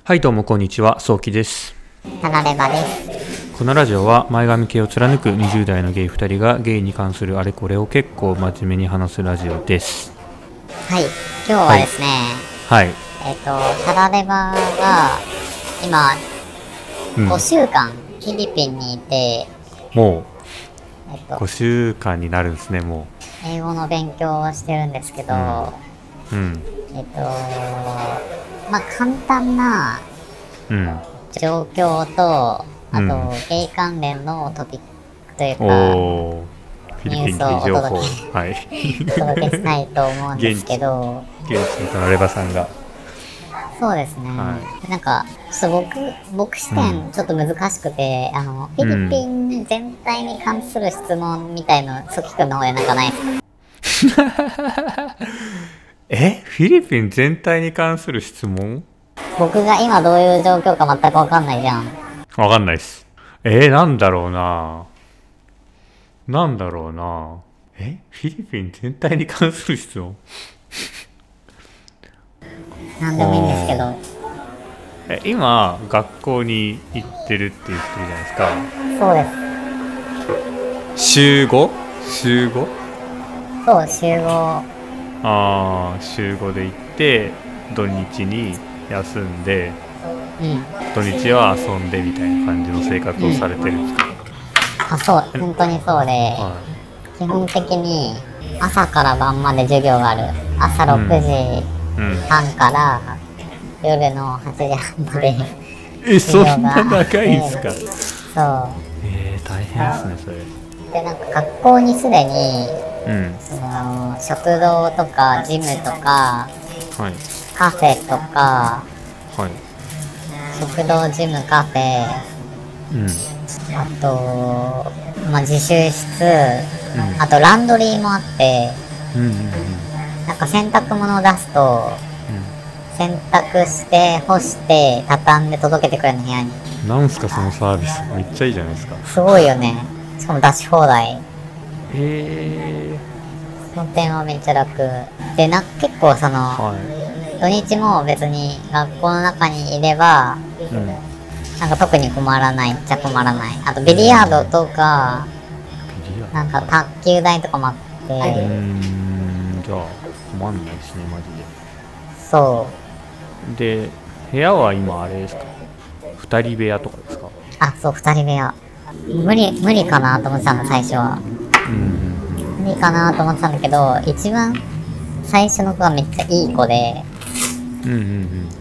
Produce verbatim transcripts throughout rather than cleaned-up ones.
はいどうもこんにちは、そうきです。 タラレバです。 このラジオは前髪系を貫くにじゅう代のゲイふたりがゲイに関するあれこれを結構真面目に話すラジオです。 はい、今日はですね、 はい、 えっ、とタラレバが今、うん、ごしゅうかんフィリピンにいて、 もう、えっと、ごしゅうかんになるんですね。もう英語の勉強をしてるんですけど、うんうん、えっ、とまあ簡単な状況と、うん、あと、うん、ゲイ関連のトピックというか、おフィリピン系情報、はい、 お届けしたいと思うんですけど、 現地のタラレバさんが、 そうですね、はい、なんかちょっと僕僕視点ちょっと難しくて、うん、あのフィリピン全体に関する質問みたいのソキ君の方でなんかないですか？ えフィリピン全体に関する質問？ 僕が今どういう状況か全く分かんないじゃん。 分かんないっす。えー、なんだろうななんだろうなえフィリピン全体に関する質問なんでもいいんですけど、 え今学校に行ってるって言ってるじゃないですか。 そうです。 週 ご？ 週 ご？ そう、週ご。 ああ、週ごで行って土日に休んで、うん、土日は遊んでみたいな感じの生活をされてるんですか？うん、 あ、そう、本当にそうで、はい、基本的に朝から晩まで授業がある。朝ろくじはんから夜のはちじはんまで、 うん、え、そんな長いんですか？そう。えー、大変ですねそれ。 で、なんか学校にすでに、うん、その食堂とかジムとか、はい、カフェとか、はい、食堂ジムカフェ、うん、あと、まあ、自習室、うん、あとランドリーもあって、うんうんうん、なんか洗濯物を出すと、うん、洗濯して干して畳んで届けてくれるの部屋に。 なんすかそのサービス、めっちゃいいじゃないですか。 すごいよね。しかも出し放題。 へー。 その点はめっちゃ楽で、なんか結構その、はい、土日も別に学校の中にいれば、うん、なんか特に困らないっちゃ困らない。あとビリヤードとか、うん、なんか卓球台とかもあって、うーん、じゃあ困んないですねマジで。 そうで、部屋は今あれですか、二人部屋とかですか？ あ、そう、二人部屋。無理無理かなと思ってたの最初は。うん、無理かなと思ってたんだけど、一番最初の子がめっちゃいい子で、うんうんうん、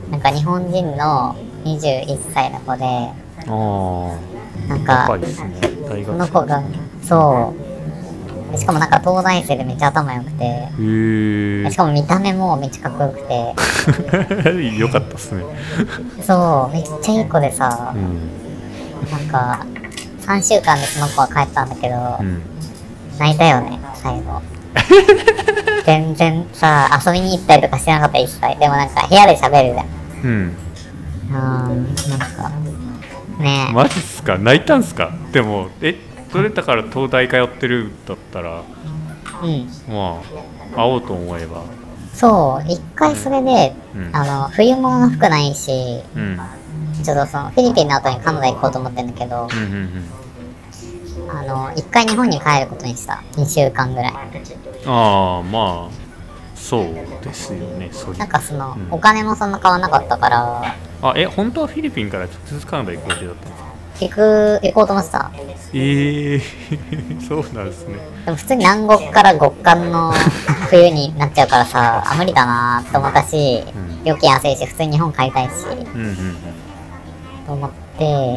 なんか日本人のにじゅういっさいの子で、あ、なんか若いですね、大学生。 その子がそうしかもなんか東大生でめっちゃ頭良くて、へしかも見た目もめっちゃかっこよくてよかったっすね。 そうめっちゃいい子でさ、うん、なんかさんしゅうかんでその子は帰ったんだけど、うん、泣いたよね最後。全然さ遊びに行ったりとかしてなかった一切。でもなんか部屋で喋るじゃん。うん。あーなんかねえ。 マジっすか？泣いたんすか？でもえそれだから東大通ってるんだったら、うん、まあ会おうと思えば。 そう一回それで、うん、あの冬物の服ないし、うん、ちょっとそのフィリピンの後にカナダ行こうと思ってんだけど、うんうんうん、あの一回日本に帰ることにした。にしゅうかんぐらい。 ああまあそうですよね。そなんかその、うん、お金もそんな変わんなかったから。 あえ本当はフィリピンから直接カナダ行く予定だったんですか？ 行く行こうと思ってた。 ええー、そうなんですね。 でも普通に南国から極寒の冬になっちゃうからさ、あ無理だなと思ったし、うん、料金安いし普通に日本買いたいし、うんうんうん、と思って、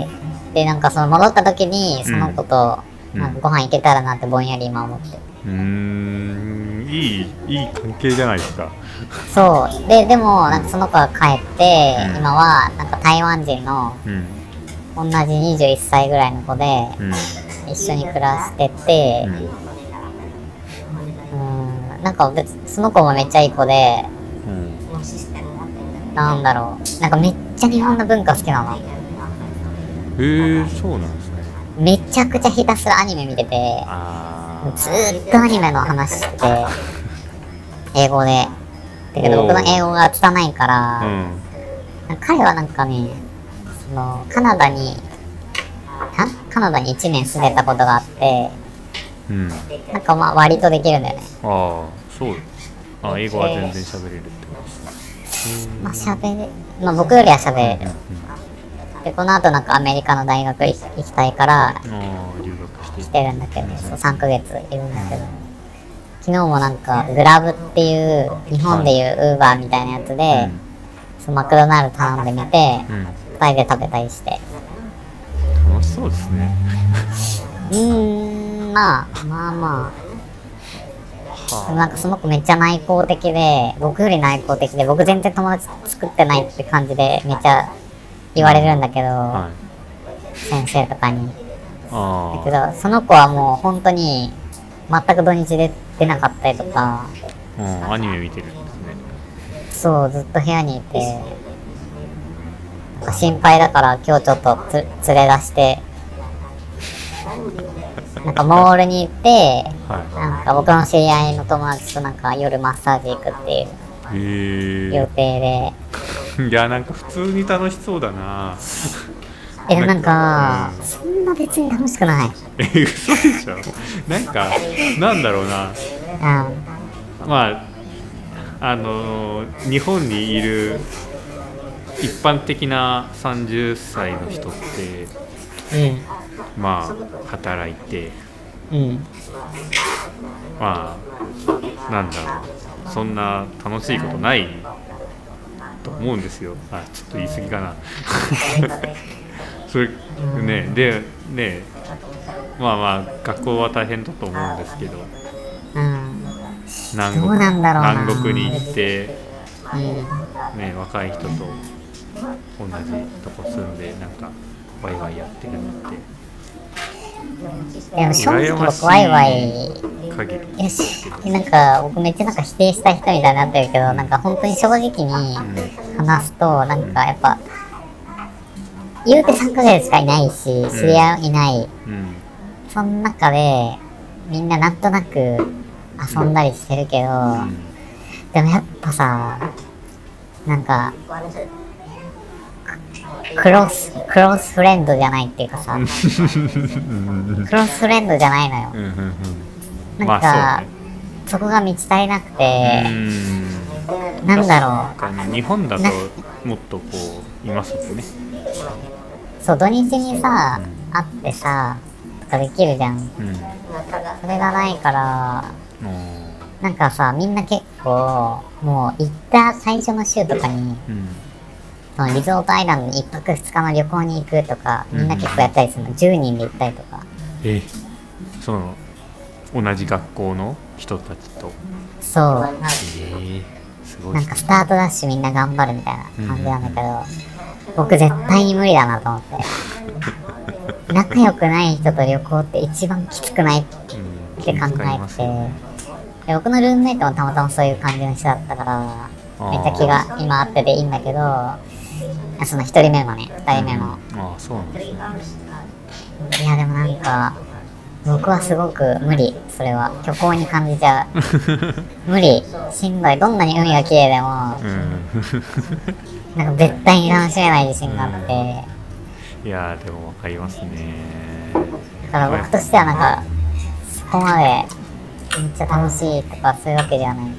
でなんかその戻った時にその子と、うん、なんかご飯行けたらなってぼんやり今思って。 うーんいいいい関係じゃないですか。 そうででもなんかその子が帰って、うん、今はなんか台湾人の、うん同じにじゅういっさいぐらいの子で、うん、一緒に暮らしてて、うん、うんなんか別その子もめっちゃいい子で、うん、なんだろうなんかめっちゃ日本の文化好きなの。 へえー、そうなんですね。 めちゃくちゃひたすらアニメ見てて、あずーっとアニメの話してて英語でだけど僕の英語が拙いから、うん彼はなんかね、そのカナダにカナダにいちねん住んでたことがあって、うん、なんかまあ割とできるんだよね。 ああ、そう。あ、英語は全然喋れるってことですね。 まあ喋れ、まあ僕よりは喋れる。うんうん、でこの後なんかアメリカの大学行きたいから留学して来てるんだけど、そうさんかげついるんだけど、昨日もなんかグラブっていう日本でいうウーバーみたいなやつで、はい、そのマクドナルド頼んでみて、うん、ふたりで食べたりして。 楽しそうですね。 うーん、まあまあまあ、はあ、なんかその子めっちゃ内向的で、僕より内向的で、僕全然友達作ってないって感じでめっちゃ言われるんだけど、はい、先生とかに。あだけどその子はもう本当に全く土日で出なかったりとか、 うん、アニメ見てるんですね。 そう、ずっと部屋にいて、なんか心配だから今日ちょっとつ連れ出してなんかモールに行って、はい、なんか僕の知り合いの友達となんか夜マッサージ行くっていう予定で。 いや、なんか普通に楽しそうだな。 え、なんか、うん、そんな別に楽しくない。 え、嘘でしょ。なんかなんだろうな、うん、まああの日本にいる一般的なさんじゅっさいの人って、うん、まあ働いて、うん、まあなんだろう、そんな楽しいことないと思うんですよ。あ、ちょっと言い過ぎかな。それね、でね、まあまあ学校は大変だと思うんですけど、うん、南国、南国に行って、うんね、若い人と同じとこ住んでなんかワイワイやってるのって、 でも正直僕ワイワイよし、なんか僕めっちゃなんか否定した人みたいになってるけど、なんか本当に正直に話すと、なんかやっぱ言うてさんかげつしかいないし、知り合いいない、うんうん、その中でみんななんとなく遊んだりしてるけど、うん、でもやっぱさ、なんかクロスクロスフレンドじゃないっていうかさクロスフレンドじゃないのよ。なんか、まあ そうね、そこが満ち足りなくて、うん、なんだろう、 ね、日本だともっとこういますもんね。 そう、土日にさ、うん、会ってさとかできるじゃん、うん、それがないから、うん、なんかさ、みんな結構もう行った最初の週とかに、うん、そのリゾートアイランドにいっぱくふつかの旅行に行くとか、みんな結構やったりするの、うん、じゅうにんで行ったりとか。 え、その同じ学校の人たちと。 そう、えー、すごい。なんかスタートダッシュみんな頑張るみたいな感じなんだけど、うんうんうん、僕絶対に無理だなと思って仲良くない人と旅行って一番きつくないって考えて、うんね、で僕のルームメイトもたまたまそういう感じの人だったからめっちゃ気が今合ってていいんだけど、そのひとりめもね、ふたりめも、うん、ああ、そうなんですね。いやでもなんか僕はすごく無理、それは虚構に感じちゃう。無理、しんどい、どんなに海が綺麗でも、うん、なんか絶対に楽しめない自信があって、 うん、いやでもわかりますね。 だから僕としてはなんかそこまでめっちゃ楽しいとかそういうわけではない、うん、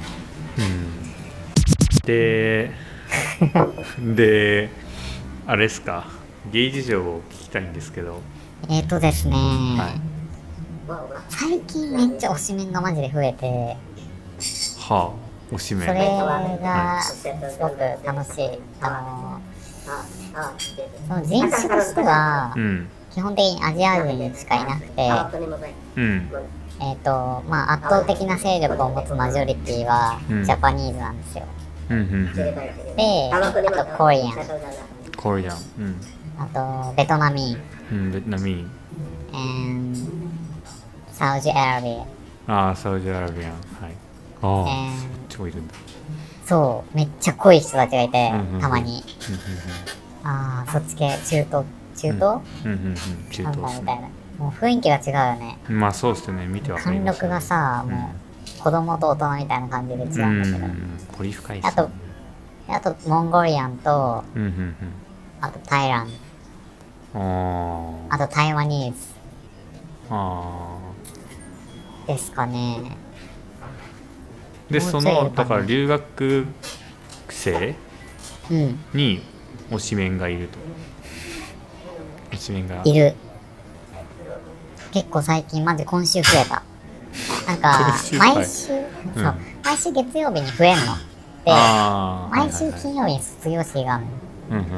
でであれですか、ゲイ事情を聞きたいんですけど。 えーとですね、はい、最近めっちゃ推しメンがマジで増えて、 はあ、推しメン、 それがすごく楽しい。あのその人種としては、うん、基本的にアジア人しかいなくて、うん、えっとまあ圧倒的な勢力を持つマジョリティはジャパニーズなんですよ、うんうんうん、で、あとコリアンコリアン、うん、 あとベトナミーン、うん、ベトナミーン、 and サウジアラビア。ああ、サウジアラビアン、はい。ああ、超いるんだ。 そう、めっちゃ濃い人たちがいて、うんうんうん、たまに、うんうんうん、ああ、そっち系、中東中東、うんうんうん、中東、なんだみたいな、もう雰囲気が違うよね。 まあそうですね、見てわかります、ね、 貫禄がさ、もう、うん、子供と大人みたいな感じで違うんだけど、うん、 彫り深いですね。 あとあとモンゴリアンと、 うんうんうん、 あとタイラン、 ああと台湾ニーズあですかね。 でそのだから留学生に推しメンがいると、 うん、推しメンがいる。結構最近マジ今週増えた。なんか毎週、うん、そう毎週月曜日に増えんので、毎週金曜日に卒業式があるの、うんうんうん、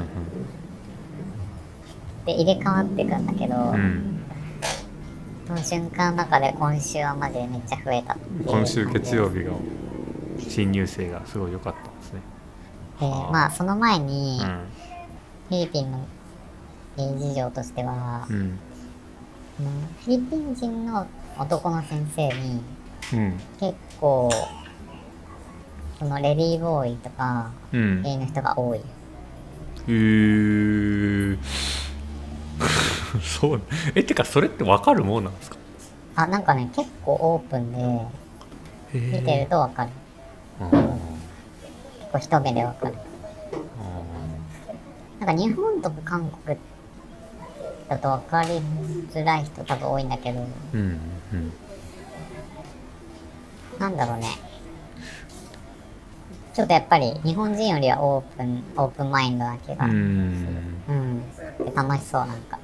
で入れ替わっていくんだけど、うん、その瞬間の中で今週はマジでめっちゃ増えた。 今週月曜日が新入生がすごい良かったんですね。 でまあその前に、うん、フィリピンの事情としては、うん、フィリピン人の男の先生に、うん、結構そのレディーボーイとか、うん、ゲイの人が多い。へえー、そうえてかそれって分かるもんなんですか？ あ、なんかね結構オープンで見てると分かる。結構一目で分かる。なんか日本とか韓国だと分かりづらい人多分多いんだけど、うんうん、なんだろうね、ちょっとやっぱり日本人よりはオープンオープンマインドな気がする。うん、で楽しそうなんか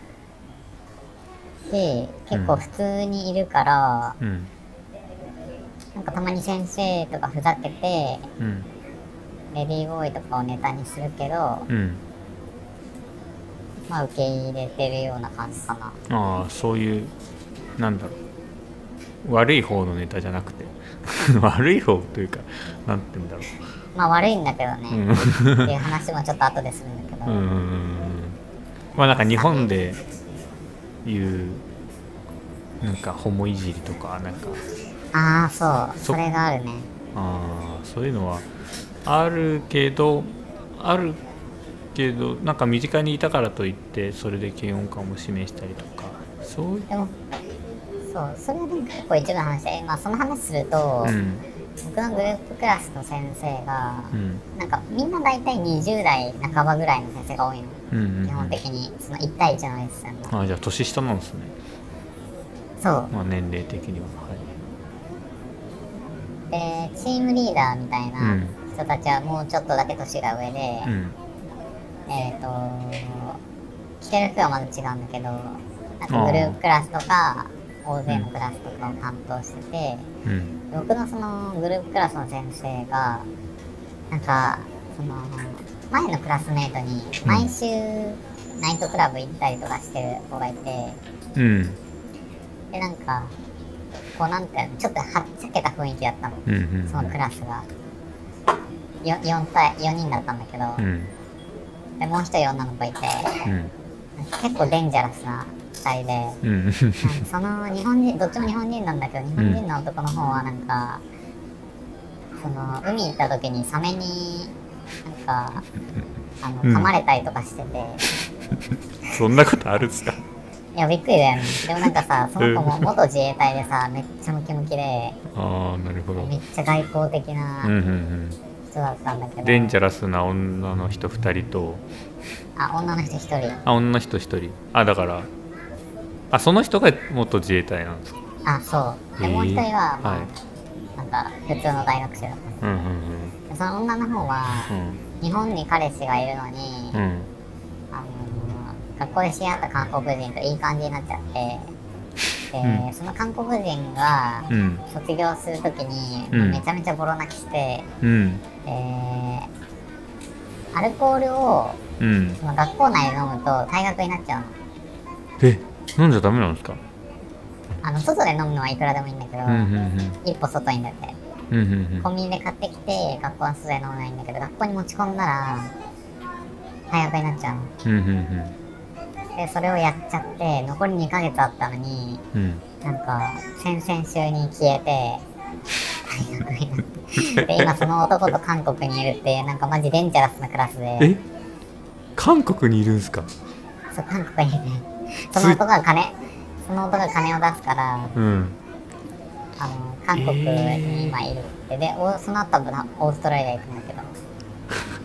で結構普通にいるから、うん、なんかたまに先生とかふざけて、うん、レディーボーイとかをネタにするけど、うん、まあ受け入れてるような感じかな。 ああ、そういうなんだろう、悪い方のネタじゃなくて悪い方というかなんて言うんだろう、 まあ悪いんだけどね、うん、っていう話もちょっと後でするんだけど、うん、 まあなんか日本でいうなんかホモいじりとかなんか、 ああそう、それがあるね。 ああ、そういうのはあるけどあるけどなんか身近にいたからといってそれで嫌悪感を示したりとか、そうでもそうそれは結構一部の話で、まあ、その話すると、うん、僕のグループクラスの先生が、うん、なんかみんな大体にじゅう代半ばぐらいの先生が多いの、うんうんうん、基本的にそのいち対いちのレッスンの。あ、じゃあ年下なんですね。 そう、 まあ、年齢的には、 はい、でチームリーダーみたいな人たちはもうちょっとだけ年が上で、うん、えっ、ー、と着てる服はまず違うんだけど、なんかグループクラスとか大勢のクラスとかを担当してて、うん、僕のそのグループクラスの先生がなんかその前のクラスメートに毎週ナイトクラブ行ったりとかしてる子がいて、うん、でなんかこうなんていうの、ちょっとはっちゃけた雰囲気だったの、うんうんうん、そのクラスが よ, よん対よにんだったんだけど、うん、でもう一人女の子いて、うん、結構デンジャラスなふたりで、うん、その日本人どっちも日本人なんだけど、日本人の男の方はなんか、うん、その海行った時にサメになんかあの噛まれたりとかしてて、 うん、そんなことあるんですか？ いやびっくりだよね。でもなんかさ、その子も元自衛隊でさ、めっちゃムキムキで、 ああ、なるほど、 めっちゃ外交的な人だったんだけど、うんうんうん、 デンジャラスな女の人ふたりと、 あ、女の人ひとり、 あ、女の人ひとり、あ、だからあ、その人が元自衛隊なんですか？ あ、そうで、もう一人は、まあ、はい、なんか普通の大学生だった、うんうんうん、その女の方は、うん、日本に彼氏がいるのに、うん、あの学校で知り合った韓国人といい感じになっちゃって、で、うん、その韓国人が卒業するときに、うん、めちゃめちゃボロ泣きして、うん、でアルコールを、うん、その学校内で飲むと退学になっちゃうの。 え、飲んじゃダメなんですか？ あの外で飲むのはいくらでもいいんだけど、うんうんうん、一歩外に出て、うんうんうん、コンビニで買ってきて学校の外で飲まないんだけど、学校に持ち込んだら退学になっちゃうの、うんうんうん、でそれをやっちゃって残りにかげつあったのに、うん、なんか先々週に消えて退学になってで今その男と韓国にいるっていう、なんかマジデンジャラスなクラスで。 え、韓国にいるんですか？ そう、韓国にいるね。その男が金その男が金を出すから、うん、あの韓国に今いるって、えー、でその後はオーストラリア行くんだけど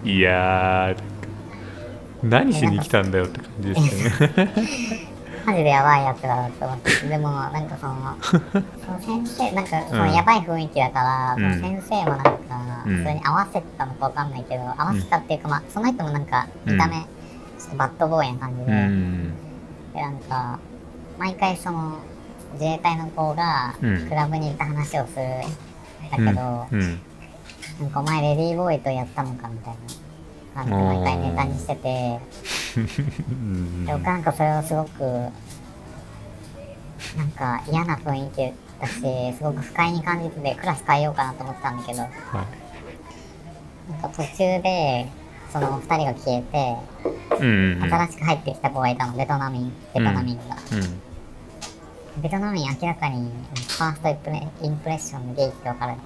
いやー何しに来たんだよって感じでしたねマジでやばいやつだなって思って。でもなんかそのその先生なんかそのやばい雰囲気だから、うん、その先生もなんかそれに合わせてたのかわかんないけど、うん、合わせたっていうか、まあその人もなんか見た目、うん、ちょっとバッドボーイな感じで、うん、でなんか毎回その自衛隊の子がクラブに行った話をするんだけど、うんうん、なんかお前レディーボーイとやったのかみたいな感じで毎回ネタにしててで僕なんかそれをすごくなんか嫌な雰囲気だし、すごく不快に感じててクラス変えようかなと思ってたんだけど、はい、なんか途中でそのふたりが消えて、うんうん、新しく入ってきた子がいたの、ベトナミンベトナミンが、うんうん、ベトナミン明らかにファーストインプレ、インプレッションでゲイって分かる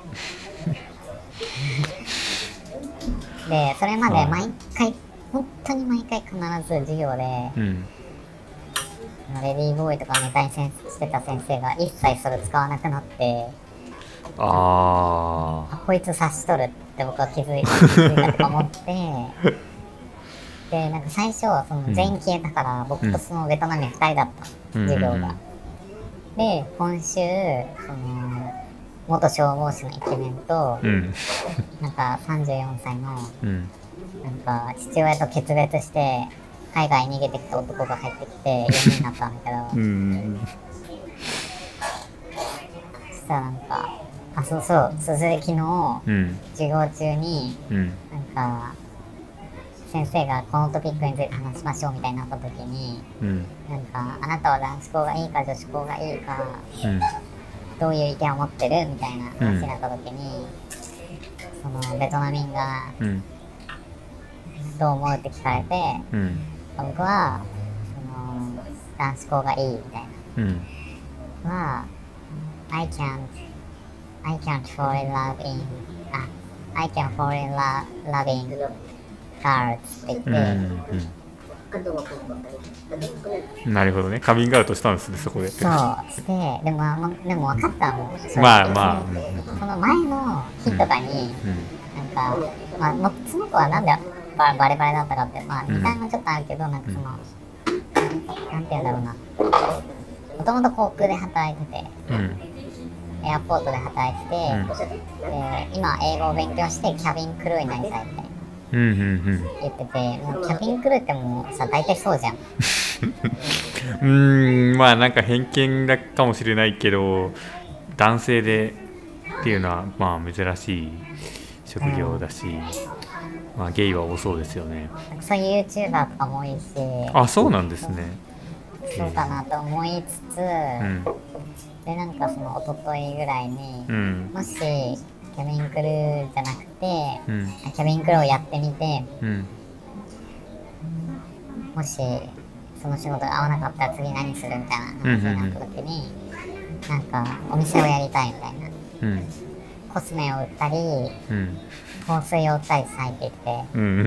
で、それまで毎回、はい、本当に毎回必ず授業で、うん、レディーボーイとかネタにしてた先生が一切それ使わなくなって、ああこいつ察しとるって僕は気づいたと思ってで、なんか最初その全員消えたから、うん、僕とそのベトナムふたりだった、うん、授業が、うんうんうん、で今週その元消防士のイケメンと、うん、なんかさんじゅうよんさいの、うん、なんか父親と決別して海外に逃げてきた男が入ってきてよにんになったんだけど、うん、そしたらなんかあそうそうそれで昨日、うん、授業中に、うん、なんか先生がこのトピックについて話しましょうみたいになった時に、うん、なんかあなたは男子校がいいか女子校がいいか、うん、どういう意見を持ってるみたいな話になった時に、うん、そのベトナミンが、うん、どう思うって聞かれて、うん、僕はその男子校がいいみたいな、うん、は I can't I can't fall in love in あ I can fall in love loving girls って言って、うんうん、なるほどね、カミングアウトしたんですねそこで。 そうして、でもでも分かったもん。 まあまあ、 その前の日とかに、うん、なんかまあその子はなんでバ, バレバレだったかって、まあ見た目もちょっとあるけど、なんかその、うん、なんて言うんだろうな、もともと航空で働いてて、うん、エアポートで働いてて、うん、で今英語を勉強してキャビンクルーになりたいみたいな、うんうんうん、言ってて、もうキャビンクルーってもうさ大体そうじゃんうーん、まあなんか偏見だかもしれないけど男性でっていうのはまあ珍しい職業だし、うん、まあ、ゲイは多そうですよね。 そういう YouTuber とかも多いし、 あ、そうなんですね。 そうかなと思いつつ、うん、でなんかその一昨日ぐらいに、うん、もしキャビンクルーじゃなくて、うん、キャビンクルーをやってみて、うん、もしその仕事が合わなかったら次何するみたいな話になった時に、うんうんうん、なんかお店をやりたいみたいな、うん、コスメを売ったり、うん、香水を売ったりされていて、うんうんうんうん、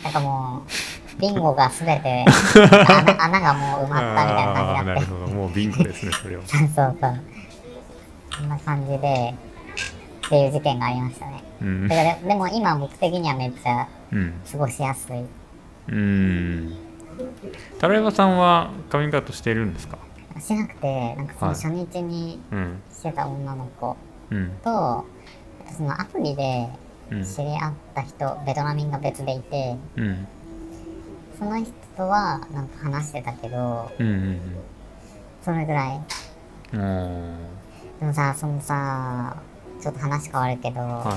なんかもうビンゴがすべて穴, 穴がもう埋まったみたいな感じになって、なるほど、 もうビンゴですねそれはそうそうそう、そんな感じでっていう事件がありましたね、うん、だからでも今僕的にはめっちゃ過ごしやすい。うん、うーん、タラヤバさんはカミングアウトしてるんですか？ しなくて、なんかその初日にしてた女の子と、うん、そのアプリで知り合った人、うん、ベトナミンが別でいて、うん、その人とはなんか話してたけど、うんうんうん、それぐらい。でもさ、そのさ、ちょっと話変わるけど、はい、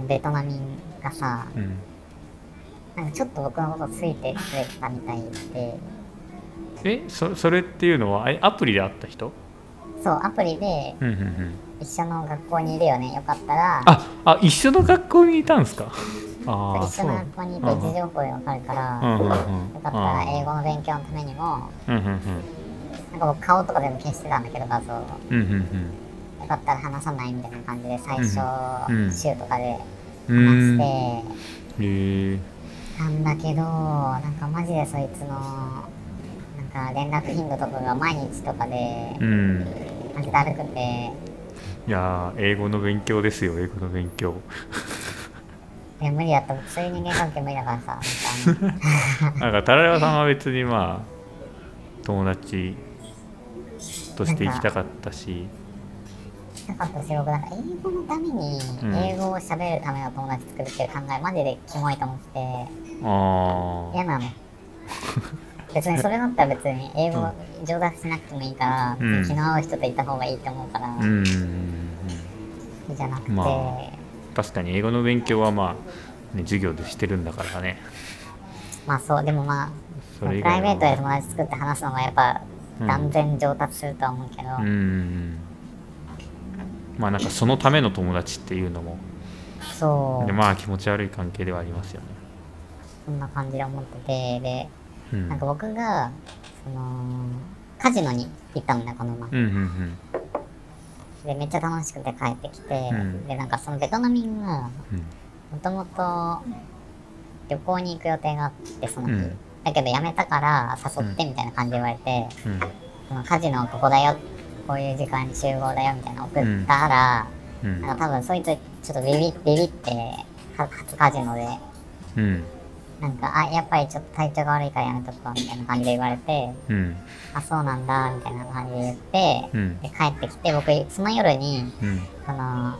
ベトナミンがさ、うん、なんかちょっと僕のことついてくれたみたいで。 え、そ、それっていうのはアプリで会った人？ そう、アプリで一緒の学校にいるよね、よかったら。 ああ、一緒の学校にいたんですか？ あ、一緒の学校にいて位置情報でわかるから、うんうんうん、よかったら英語の勉強のためにも、うんうんうん、なんか僕顔とか全部消してたんだけど画像を、うんうんうん、よかったら話さないみたいな感じで最初、うんうん、週とかで話して、うん、なんだけど、なんかマジでそいつのなんか連絡頻度とかが毎日とかで、うん、マジだるくて、 いやー、英語の勉強ですよ、英語の勉強。 いいや無理だった。そういう人間関係無理だからさ。 なんかタラレバさんは別にまあ友達として行きたかったし行きたかったし、僕なんか英語のために英語を喋るための友達作るっていう考え、うん、マジでキモいと思ってて、あ嫌なの。別にそれだったら別に英語上達しなくてもいいから、うん、気の合う人といた方がいいと思うから、うん、じゃなくて、まあ、 確かに英語の勉強はまあ、ね、授業でしてるんだからね。 まあそうでもまあプライベートで友達作って話すのがやっぱ断然上達するとは思うけど、うんうん、 まあなんかそのための友達っていうのもそうでまあ気持ち悪い関係ではありますよね。 そんな感じで思ってて、で、うん、なんか僕がそのカジノに行ったのねこの前、うんうんうん、でめっちゃ楽しくて帰ってきて、うん、でなんかそのベトナミンがもともと旅行に行く予定があってその日、うん、だけど辞めたから誘ってみたいな感じで言われて、うん、そのカジノここだよ、こういう時間に集合だよみたいな送ったら、うん、なんか多分そいつちょっとビビビビって初カジノで、うん、なんかあやっぱりちょっと体調が悪いからやめとくわみたいな感じで言われて、うん、あそうなんだみたいな感じで言って、うん、で帰ってきて僕その夜に、うん、その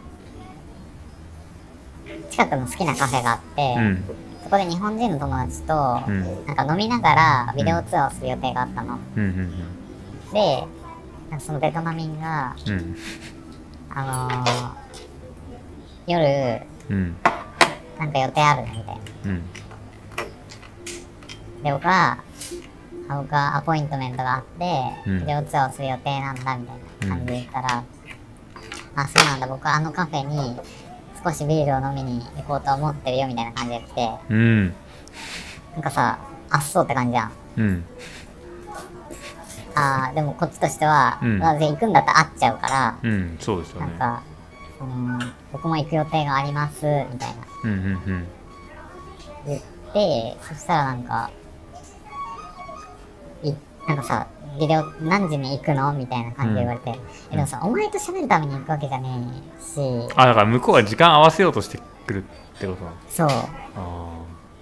近くの好きなカフェがあって、うん、そこで日本人の友達と、うん、なんか飲みながらビデオ通話をする予定があったの、うん、でなんかそのベトナミンが、うん、あのー、夜、うん、なんか予定あるみたいな、うん、で僕は僕はアポイントメントがあって、うん、ビデオ通話をする予定なんだみたいな感じで言ったら、うん、あそうなんだ、僕はあのカフェに少しビールを飲みに行こうと思ってるよみたいな感じで来て、うん、なんかさあっそうって感じじゃん、うん、あでもこっちとしては、うん、行くんだったら会っちゃうから、うん、そうですよね、なんか、うん、僕も行く予定がありますみたいな、うんうんうん、言ってそしたらなんかいなんかさビデオ何時に行くのみたいな感じで言われて、うん、えでもさ、お前と喋るために行くわけじゃねえし、 あだから向こうは時間合わせようとしてくるってことなの。 そうあ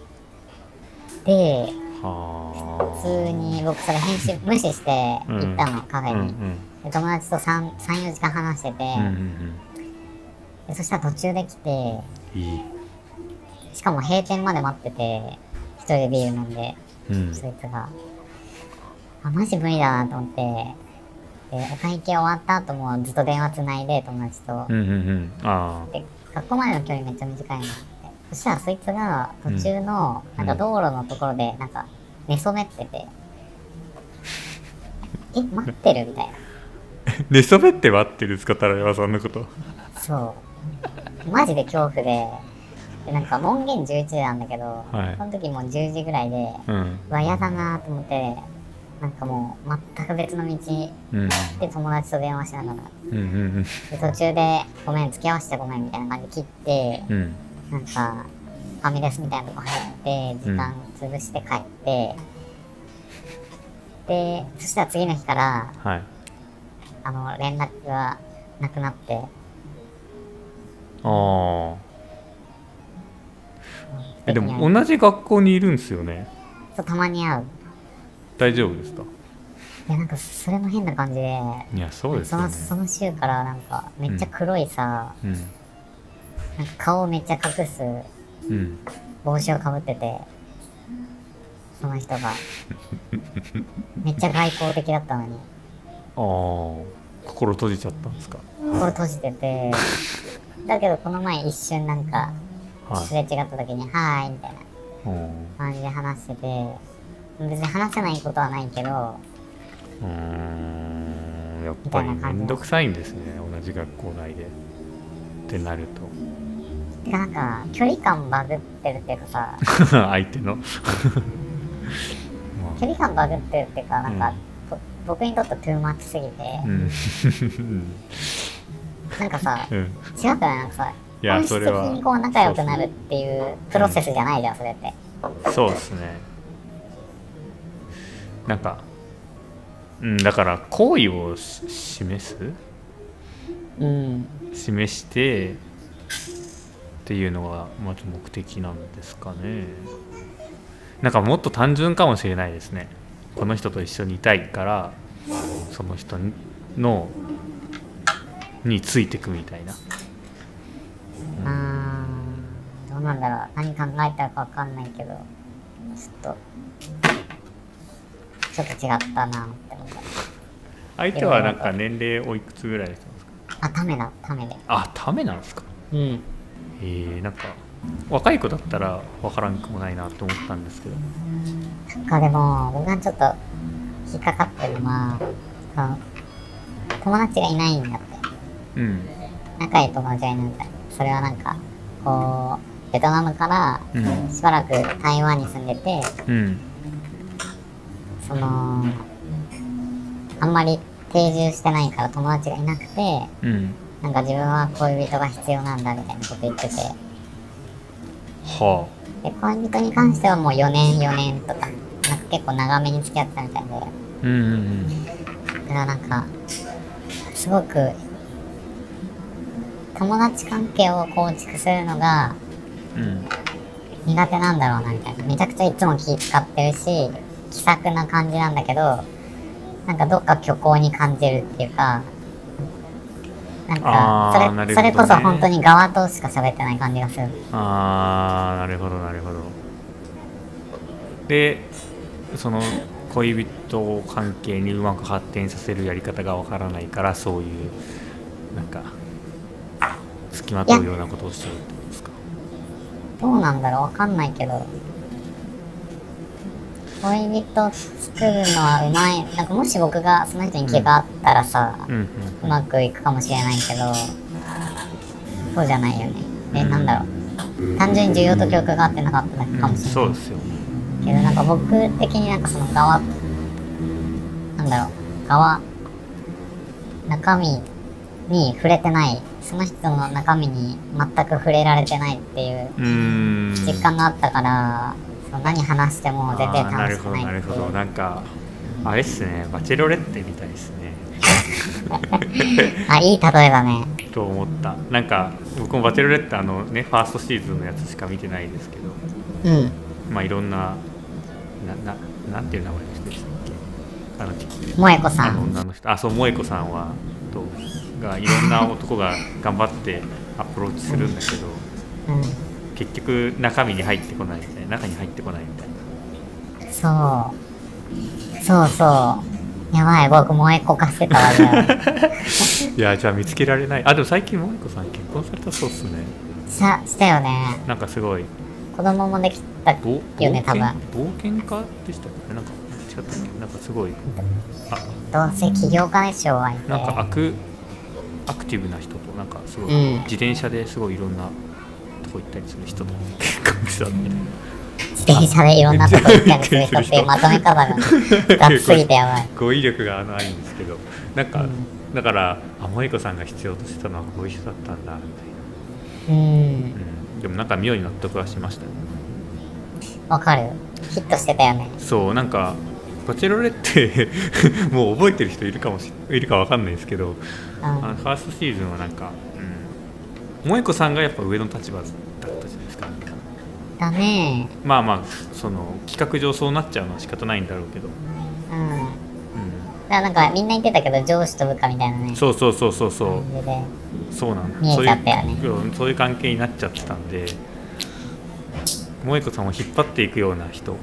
で普通に僕それ返信無視して行ったの、うん、カフェに、うんうん、で友達とさん、よじかん話してて、うんうんうん、でそしたら途中で来ていいしかも閉店まで待ってて一人でビール飲んで、うん、そいつがあマジ無理だなと思って、でお会計終わった後もずっと電話つないで友達と、うんうんうん、あで学校までの距離めっちゃ短いなって、そしたらそいつが途中のなんか道路のところでなんか寝そべってて、うん、え待ってるみたいな寝そべって待ってるんですかタラレバさんのこと。 そうマジで恐怖で、でなんか門限じゅういちじなんだけど、はい、その時もうじゅうじぐらいで、うん、うわ嫌だなと思ってなんかもう全く別の道で友達と電話しながら、うんうんうん、で途中でごめん付き合わせてごめんみたいな感じで切って、うん、なんかファミレスみたいなとこ入って時間潰して帰って、うん、でそしたら次の日から、はい、あの連絡がなくなって、 あえでも同じ学校にいるんですよね。 そうたまに会う。大丈夫ですか。 いやなんかそれも変な感じで、 いやそうですよね、 その、その週からなんかめっちゃ黒いさ、うん、なんか顔をめっちゃ隠す帽子をかぶってて、その人がめっちゃ外交的だったのに、 ああ心閉じちゃったんですか。 心閉じててだけどこの前一瞬なんかすれ違った時にはーいみたいな感じで話してて、別に話せないことはないけど、 うーんやっぱりめんどくさいんですね同じ学校内でってなると。なんか距離感バグってるっていうかさ相手の距離感バグってるっていうかなんか、うん、僕にとってトゥーマッチすぎて、うん、なんかさ、うん、違うくないなんかさいや本質的にこう仲良くなるっていうプロセスじゃないじゃんそれって。 そうですね。なんか、うん、だから好意を示す、うん、示してっていうのがまず目的なんですかね。なんかもっと単純かもしれないですね。この人と一緒にいたいからその人のについてくみたいな。 うん、どうなんだろう、何考えたか分かんないけど、ちょっとちょっと違ったなって思った。 相手はなんか年齢おいくつぐらいですか？ あ、ためだ、ためで。 あ、ためなんですか。 うん。 えー、なんか若い子だったら分からんくもないなと思ったんですけど。 なんかでも僕がちょっと引っかかってるのは、友達がいないんだって。うん。仲いい友達がいないんだ。それはなんかこうベトナムからしばらく台湾に住んでて、うん、そのあんまり定住してないから友達がいなくて、うん、なんか自分は恋人が必要なんだみたいなこと言ってて、はあ、で恋人に関してはもうよねんよねんとか、なんか結構長めに付き合ってたみたいで、うんうんうん、だからなんかすごく友達関係を構築するのが苦手なんだろうなみたいな。めちゃくちゃいつも気使ってるし気さくな感じなんだけど、なんかどっか虚構に感じるっていうか、なんかそれ、ね、それこそ本当に側としか喋ってない感じがする。 あー、なるほどなるほど。でその恋人関係にうまく発展させるやり方がわからないから、そういうなんか付きまとうようなことをしちゃうってことですか？ どうなんだろう、わかんないけど、恋人作るのはうまい。なんかもし僕がその人に気があったらさ、うんうんうん、うまくいくかもしれないけど、そうじゃないよね。で、なんだろう、単純に需要と供給が合ってなかっただけかもしれない、うん、そうですよけど、なんか僕的になんかその側、なんだろう、側中身に触れてない、その人の中身に全く触れられてないっていう実感があったから、何話しても全然楽しくない。 なるほどなるほど。なんかあれっすね、バチェロレッテみたいですね。 あ、いい例えだねと思った。なんか僕もバチェロレッテあのねファーストシーズンのやつしか見てないですけど、うん、まあいろんななななんていう名前の人でしたっけ、あの萌子さん、 あの女の人、あ、そう、萌子さんはとがいろんな男が頑張ってアプローチするんだけど、うん、結局中身に入ってこないみたいな、中に入ってこないみたいな。そうそうそう、やばい、僕萌子化してたわよ。 いや、じゃあ見つけられない。あ、でも最近萌子さん結婚されたそうっすね。 さしたよね。 なんかすごい子供もできたよね、多分。 冒険家でしたっけ、なんか違ったっけ、なんかすごい、 あ、どうせ起業家でしょ、相手。 なんかアクアクティブな人と、なんかすごい、うん、自転車ですごいいろんなとこ行ったりする人と結婚したみたいな。 自転車でいろんなとこ行ったりする人っていうまとめ方が雑すぎてやばい。 語彙力がないんですけど、なんか、うん、だからあ、萌子さんが必要としてたのはこういう人だったんだみたいな。うん、うん、でもなんか妙に納得はしましたね。 わかる、ヒットしてたよね。 そう、なんかバチェロレってもう覚えてる人いるかもしいるかわかんないですけど、うん、あのファーストシーズンはなんか、うん、萌子さんがやっぱ上の立場だったじゃないですか。 だね。 まあまあ、その企画上そうなっちゃうのは仕方ないんだろうけど、うん、うん、だからなんかみんな言ってたけど、上司と部下みたいなね。 そうそうそうそうそう、そうなんだ、 見えちゃったよね。 そういう、そういう関係になっちゃってたんで、萌子さんを引っ張っていくような人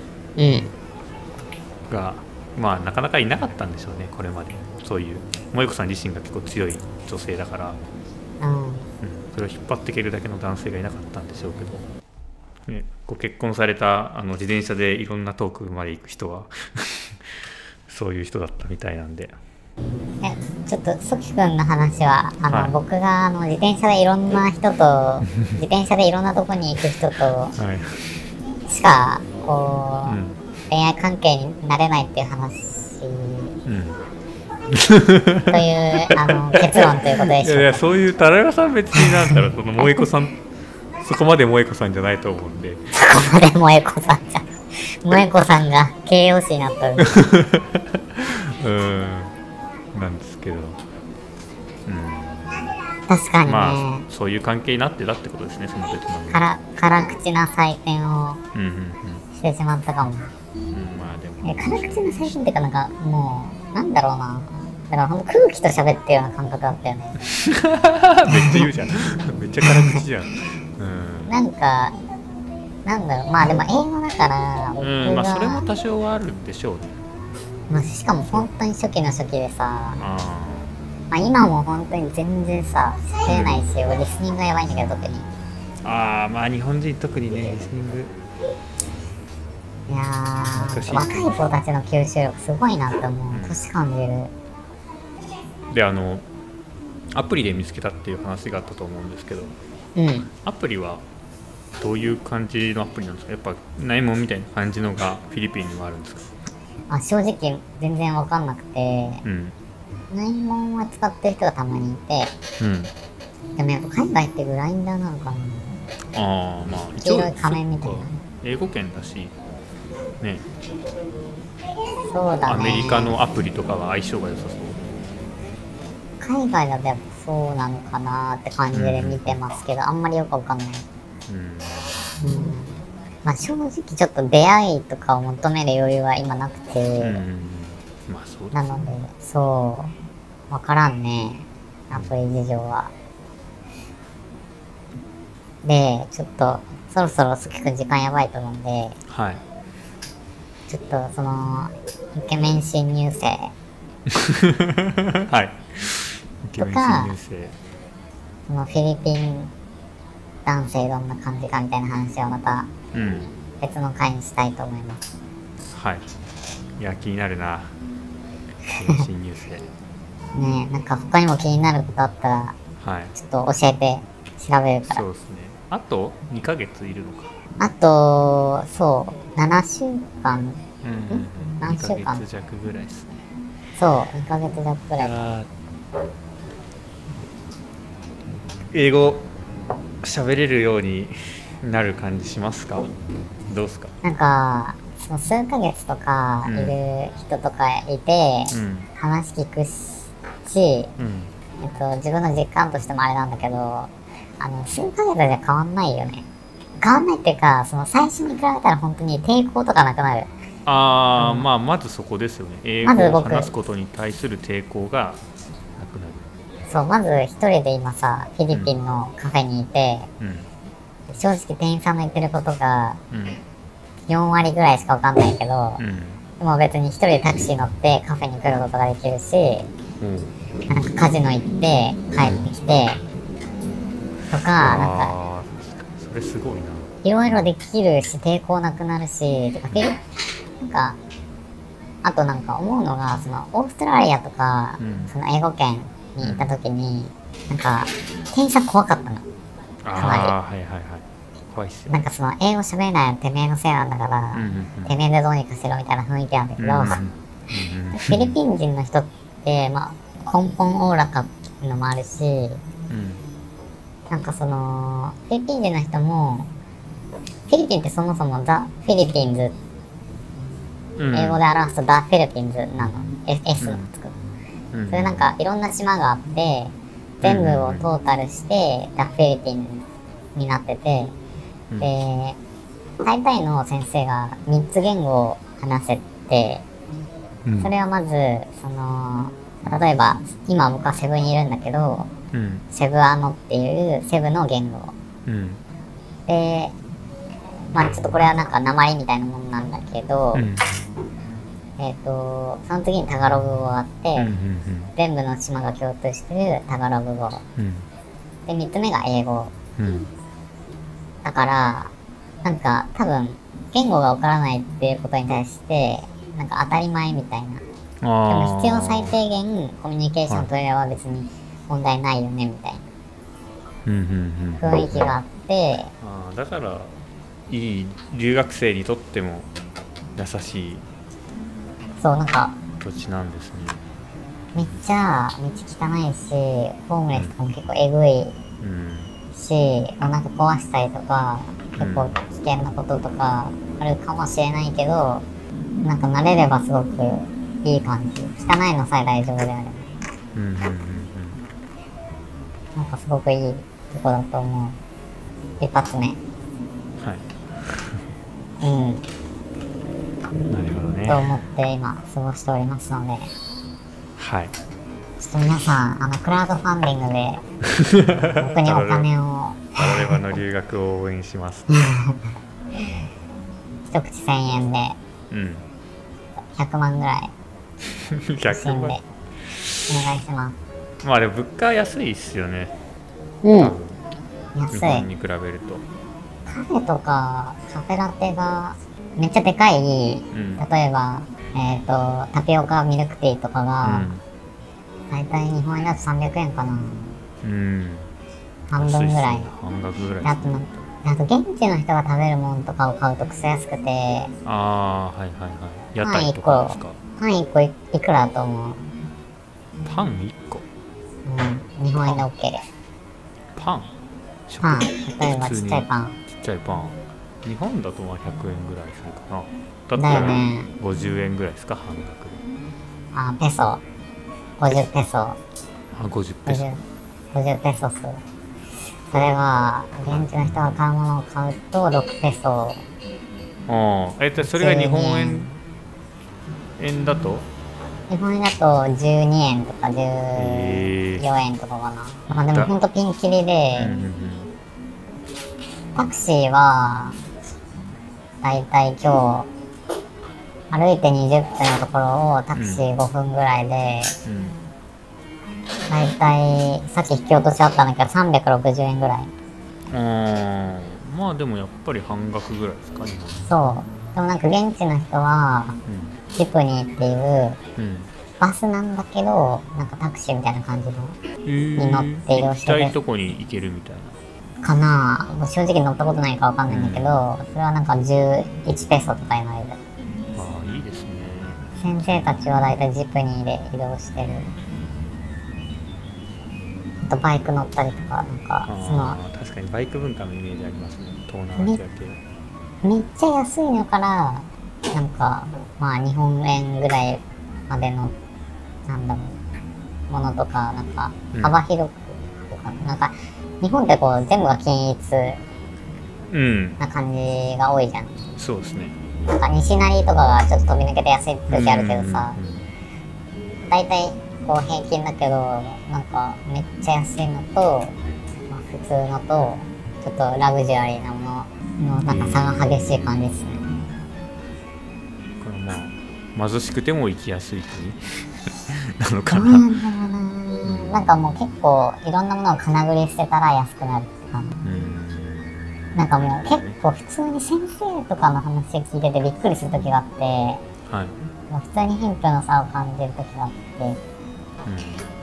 が、うん、まあなかなかいなかったんでしょうね、これまで。そういう萌子さん自身が結構強い女性だから、うん、うん、それを引っ張っていけるだけの男性がいなかったんでしょうけど、ね、ご結婚されたあの自転車でいろんな遠くまで行く人はそういう人だったみたいなんで。 え、ちょっとソキ君の話はあの、はい、僕があの自転車でいろんな人と自転車でいろんなとこに行く人としかこう、うん、恋愛関係になれないっていう話、うん、というあの結論ということでしょうか。いやいや、 そういう田中さん別になんだろう、その萌子さんそこまで萌子さんじゃないと思うんで。 そこまで萌子さんじゃ萌子さんが形容詞になったうーんなんですけど、うん、 確かにね、 まあ、そういう関係になってたってことですね、そのベトナムから辛口な採点をしてしまったかも、 うんうんうん、まあでもえ辛口な採点っていうかなんかもうなんだろうな、だからほんと空気と喋ってるような感覚だったよねめっちゃ言うじゃんめっちゃ辛口じゃん、うん、 なんかなんだろう、まあでも英語だから僕が、うんまあそれも多少はあるんでしょうね、 まあ、しかも本当に初期の初期でさ、あまあ、今も本当に全然さ喋れないし、うん、リスニングがやばいんだけど特にああまあ日本人特にねリスニングいやー若い子たちの吸収力すごいなって思う、うん、年感じるであのアプリで見つけたっていう話があったと思うんですけど、 うん、 アプリはどういう感じのアプリなんですか？やっぱ内門みたいな感じのがフィリピンにもあるんですか？ あ正直全然分かんなくて、うん、内門は使ってる人がたまにいて、うん、でもやっぱ海外ってグラインダーなのかな。 ああまあ黄色い仮面みたいな英語圏だしね、 そうだね、 アメリカのアプリとかは相性が良さそう。 海外だとやっぱそうなのかなって感じで見てますけど、うん、あんまりよくわかんない、うんうん、まあ正直ちょっと出会いとかを求める余裕は今なくて、うんまあそうですね、なのでそうわからんねアプリ事情は。でちょっとそろそろすきくん時間やばいと思うんで、はい、ちょっとそのイケメン新入生はいイケメン新入生そのフィリピン男性どんな感じかみたいな話をまた別の回にしたいと思います、 うん、はいいや気になるな新入生ねえなんか他にも気になることあったら、はい、ちょっと教えて調べるから。 そうですね。あとにかげついるのか。 あとそうななしゅうかん、うんうんうん、何週間にかげつ弱ぐらいですね。 そうにかげつ弱ぐらい。 英語喋れるようになる感じしますか？どうですか？ なんかその数ヶ月とかいる人とかいて、うん、話聞くし、うんえっと、自分の実感としてもあれなんだけどあの数ヶ月じゃ変わんないよね。変わんないっていうかその最初に比べたら本当に抵抗とかなくなる。 ああ、うん、まあまずそこですよね。英語を話すことに対する抵抗がなくなる。 そうまず一人で今さフィリピンのカフェにいて、うん、正直店員さんの言ってることがよんわりぐらいしか分かんないけど、うん、でも別に一人でタクシー乗ってカフェに来ることができるし、うん、なんかカジノ行って帰ってきてとかなんかそれすごいな。 いろいろできるし抵抗なくなるしとかなんかあとなんか思うのがそのオーストラリアとか、うん、その英語圏に行った時に、うん、なんか店員さん怖かったの。 ああはいはいはい怖いっすよ。 なんかその英語喋れないのてめえのせいなんだから、うんうんうん、てめえでどうにかしろみたいな雰囲気なんだけど、うんうんうん、フィリピン人の人ってまあ根本おおらかっていうのもあるし、うん、なんかそのフィリピン人の人もフィリピンってそもそもザ・フィリピンズ、うん、英語で表すとザ・フィリピンズなの S がつく、うん、それなんかいろんな島があって全部をトータルしてザ・フィリピンになってて、うん、で大体の先生がみっつ言語を話せて、うん、それはまずその例えば今僕はセブにいるんだけど、うん、セブアノっていうセブの言語、うん、でまあちょっとこれはなんか訛りみたいなものなんだけど、うん、えっとその次にタガログ語があって、うんうんうん、全部の島が共通してるタガログ語、うん、でみっつめが英語、うん、だからなんか多分言語がわからないっていうことに対してなんか当たり前みたいな、でも必要最低限コミュニケーション取れれば別に問題ないよねみたいな雰囲気があって、 あだからいい留学生にとっても優しいそうなんか土地なんですね。 めっちゃ道汚いしホームレスとかも結構えぐいし、うん、なんか壊したりとか結構危険なこととかあるかもしれないけど、うん、なんか慣れればすごくいい感じ。汚いのさえ大丈夫であれば、うんうんうんうん、 なんかすごくいいとこだと思う。一発目。 はい。 うん。 なるほどね。 と思って今過ごしておりますので。 はい。 ちょっと皆さん、あのクラウドファンディングで僕にお金をタラレバの留学を応援します。 一口せんえんで、うん、ひゃくまんぐらいひゃくまんでお願いします。 まあでも物価安いっすよね。 うん。安い。 日本に比べると。 カフェとかカフェラテがめっちゃでかい、うん、例えば、えーと、タピオカミルクティーとかが、うん、だいたい日本円だとさんびゃくえんかな。うん。半分ぐらい。 半額ぐらい。 あと、あと現地の人が食べるものとかを買うとクソ安くて。 ああ、はいはいはい。屋台とかですか。 パンいっこいくらだと思う？ パンいっこ？ うん、日本円で OK。 パン？ パン。例えばちっちゃいパン。 ちっちゃいパン。日本だとまあひゃくえんぐらいするかな。だったらごじゅうえんぐらいですか、半額で。 あ、ペソ。ごじゅうペソ。あ、 ごじゅうペソ。 ごじゅうペソス。それは現地の人が買うものを買うとろくペソ。 ああ、えっとそれが日本円円だと？ 日本円だとじゅうにえんとかじゅうよえんとかかな。まあでもほんとピンキリで、うんうんうん、タクシーはだいたい今日歩いてにじゅっぷんのところをタクシーごふんぐらいで、うんうん、だいたいさっき引き落としあったんだけどさんびゃくろくじゅうえんぐらい。 あー、まあでもやっぱり半額ぐらいですか、日本。 そうでもなんか現地の人は、うん、ジプニーっていう、うん、バスなんだけどなんかタクシーみたいな感じの、えー、に乗って移動してる。 行きたいとこに行けるみたいなかな。もう正直乗ったことないかわかんないんだけど、うん、それはなんかじゅういちペソとかになる。 ああ、いいですね。 先生たちはだいたいジプニーで移動してる。あとバイク乗ったりとか、なんかその確かにバイク文化のイメージありますね、東南アジア系。 めっちゃ安いのからなんかまあ日本円ぐらいまでのなんだろうものとかなんか幅広くとか、うん、なんか日本ってこう全部が均一な感じが多いじゃん。 うん、そうですね。 なんか西成とかがちょっと飛び抜けて安い時あるけどさ、だいたいこう平均だけどなんかめっちゃ安いのと、まあ、普通のとちょっとラグジュアリーなもののなんか差が激しい感じですね。 これまあ貧しくても生きやすい国なのかな。 なんだろうな、うん、なんかもう結構いろんなものを金繰り捨てたら安くなるって感じ。うん、なんかもう結構普通に先生とかの話聞いててびっくりする時があって、はい、もう普通に貧富の差を感じる時があって、うん、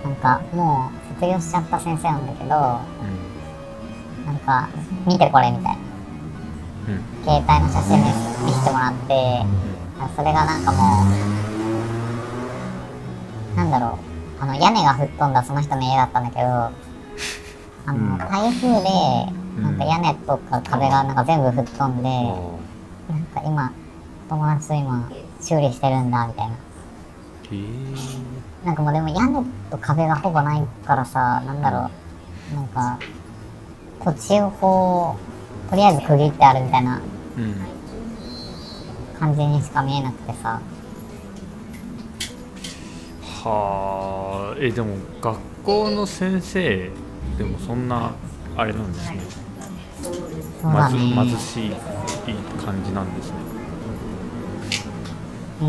なんかもう卒業しちゃった先生なんだけど、うん、なんか見てこれみたいな、うん、携帯の写真見せてもらって、うん、それがなんかもうなんだろうあの屋根が吹っ飛んだその人の家だったんだけど、あの、うん、台風でなんか屋根とか壁がなんか全部吹っ飛んで、うん、なんか今友達と今修理してるんだみたいな。へー、なんかもうでも屋根と壁がほぼないからさ、なんだろう、なんか土地をこうとりあえず区切ってあるみたいな感じにしか見えなくてさ、 うん、はあ、えでも学校の先生でもそんなあれなんですね。 そうだね、 まず貧しい感じなんですね。 うん、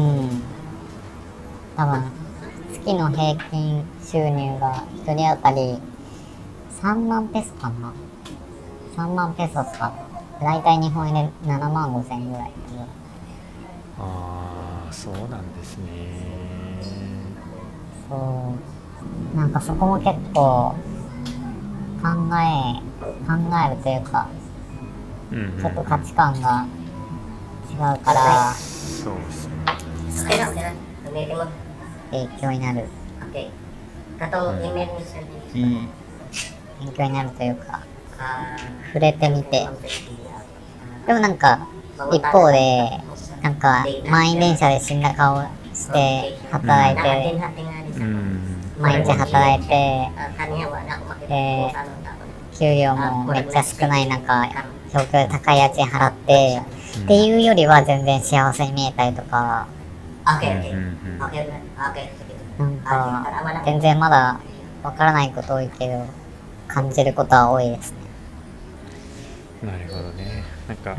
多分月の平均収入がひとり当たりさんまんペソかな。さんまんペソスか。だいたい日本円でななまんごせんえんぐらい。 ああ、そうなんですね。 そう。なんかそこも結構考え考えるというか、うんうん、ちょっと価値観が違うから、 そうですね。 影響になる。うん、勉強になるというか、触れてみて。でもなんか一方でなんか満員電車で死んだ顔して働いて、うん、毎日働いてで給料もめっちゃ少ない中すごく高い家賃払って、うん、っていうよりは全然幸せに見えたりとか、うんうんうん、なんか全然まだわからないこと多いけど感じることは多いですね。 なるほどね。なんか、うん、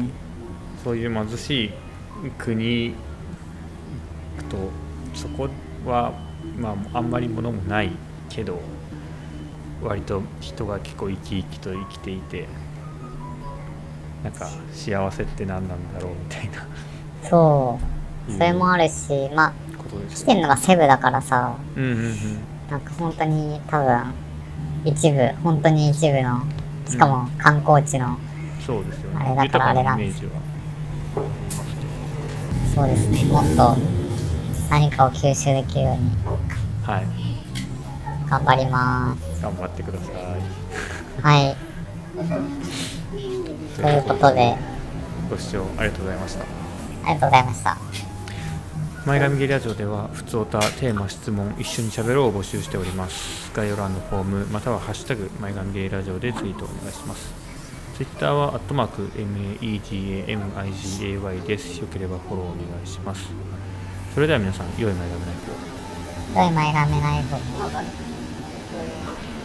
そういう貧しい国とそこは、まあ、あんまり物もないけど割と人が結構生き生きと生きていて、なんか幸せって何なんだろうみたいな。 そうそれもあるし、まあ来てるのがセブだからさ、うんうんうん、なんか本当に多分一部本当に一部のしかも観光地の、うん、 そうですよね、 あれだからあれなんですけど、そうですね、もっと何かを吸収できるように頑張ります。 頑張ってください。 はいということでご視聴ありがとうございました。 ありがとうございました。 前髪ゲリラジオではふつおた、テーマ、質問、一緒にしゃべろうを募集しております。概要欄のフォームまたはハッシュタグ前髪ゲリラジオでツイートお願いします。ツイッターはアットマーク メガミガです。よければフォローお願いします。それでは皆さん、良い前髪ライフを。 良い前髪ライフを。